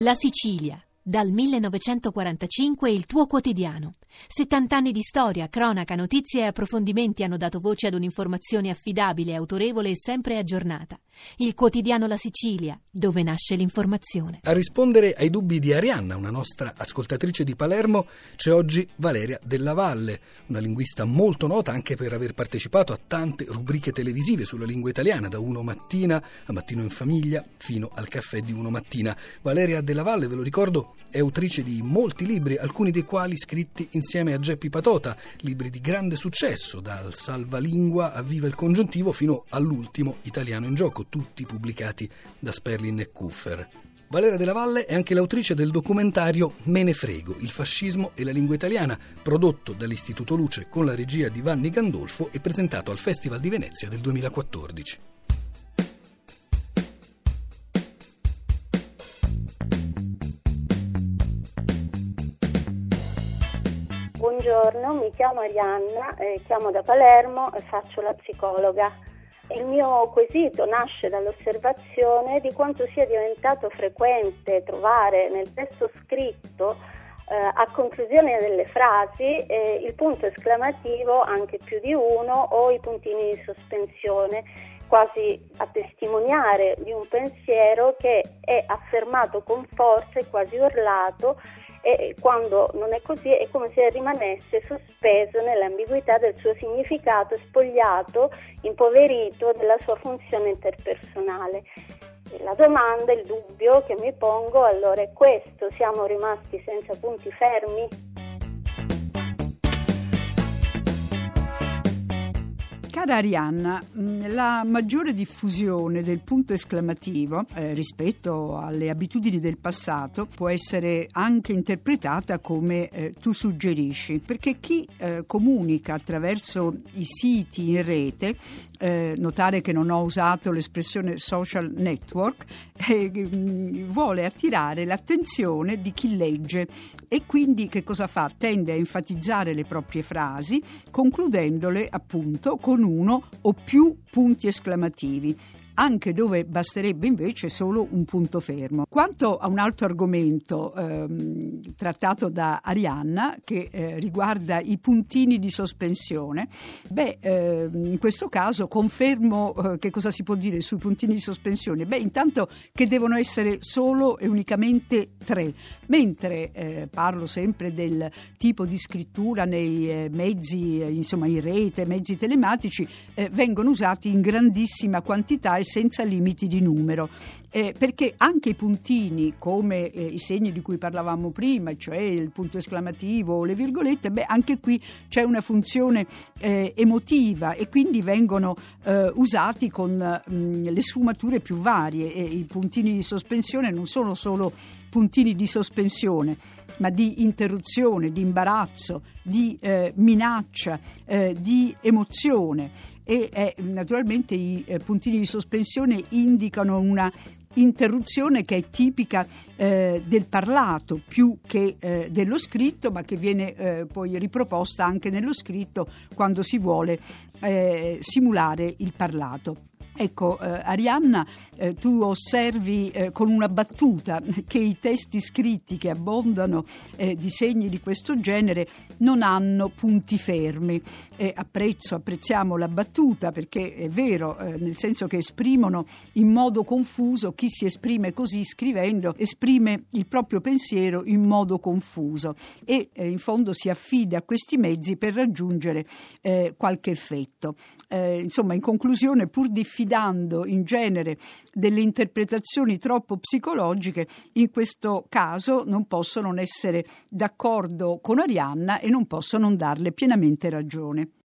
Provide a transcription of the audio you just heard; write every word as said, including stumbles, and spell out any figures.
La Sicilia, dal millenovecentoquarantacinque il tuo quotidiano. settant'anni di storia, cronaca, notizie e approfondimenti hanno dato voce ad un'informazione affidabile, autorevole e sempre aggiornata. Il quotidiano La Sicilia, dove nasce l'informazione. A rispondere ai dubbi di Arianna, una nostra ascoltatrice di Palermo, c'è oggi Valeria Della Valle, una linguista molto nota anche per aver partecipato a tante rubriche televisive sulla lingua italiana, da Uno Mattina a Mattino in Famiglia fino al Caffè di Uno Mattina. Valeria Della Valle, ve lo ricordo, è autrice di molti libri, alcuni dei quali scritti insieme a Geppi Patota, libri di grande successo, dal Salvalingua a Viva il congiuntivo fino all'ultimo, Italiano in gioco, tutti pubblicati da Sperlin e Kuffer. Valeria Della Valle è anche l'autrice del documentario Me ne frego, il fascismo e la lingua italiana, prodotto dall'Istituto Luce con la regia di Vanni Gandolfo e presentato al Festival di Venezia del duemilaquattordici. Buongiorno, mi chiamo Arianna, eh, chiamo da Palermo e faccio la psicologa. Il mio quesito nasce dall'osservazione di quanto sia diventato frequente trovare nel testo scritto eh, a conclusione delle frasi eh, il punto esclamativo, anche più di uno, o i puntini di sospensione, quasi a testimoniare di un pensiero che è affermato con forza e quasi urlato, e quando non è così è come se rimanesse sospeso nell'ambiguità del suo significato, spogliato, impoverito della sua funzione interpersonale. E la domanda, il dubbio che mi pongo allora è questo: siamo rimasti senza punti fermi? Cara Arianna, la maggiore diffusione del punto esclamativo eh, rispetto alle abitudini del passato può essere anche interpretata come eh, tu suggerisci, perché chi eh, comunica attraverso i siti in rete, eh, notare che non ho usato l'espressione social network, eh, vuole attirare l'attenzione di chi legge e quindi che cosa fa? Tende a enfatizzare le proprie frasi, concludendole appunto con uno o più punti esclamativi, anche dove basterebbe invece solo un punto fermo. Quanto a un altro argomento ehm, trattato da Arianna, che eh, riguarda i puntini di sospensione, beh, eh, in questo caso confermo eh, che cosa si può dire sui puntini di sospensione. Beh, intanto che devono essere solo e unicamente tre, mentre eh, parlo sempre del tipo di scrittura nei eh, mezzi, eh, insomma in rete, mezzi telematici, eh, vengono usati in grandissima quantità e senza limiti di numero, eh, perché anche i puntini, come eh, i segni di cui parlavamo prima, cioè il punto esclamativo o le virgolette, beh, anche qui c'è una funzione eh, emotiva e quindi vengono eh, usati con mh, le sfumature più varie, e i puntini di sospensione non sono solo puntini di sospensione, ma di interruzione, di imbarazzo, di eh, minaccia, eh, di emozione. E eh, naturalmente i eh, puntini di sospensione indicano una interruzione che è tipica eh, del parlato più che eh, dello scritto, ma che viene eh, poi riproposta anche nello scritto quando si vuole eh, simulare il parlato. Ecco, eh, Arianna, eh, tu osservi eh, con una battuta che i testi scritti che abbondano eh, di segni di questo genere non hanno punti fermi. Eh, apprezzo, apprezziamo la battuta, perché è vero, eh, nel senso che esprimono in modo confuso. Chi si esprime così scrivendo esprime il proprio pensiero in modo confuso e eh, in fondo si affida a questi mezzi per raggiungere eh, qualche effetto. Eh, insomma, in conclusione, pur diffidando in genere delle interpretazioni troppo psicologiche, in questo caso non posso non essere d'accordo con Arianna e non posso non darle pienamente ragione.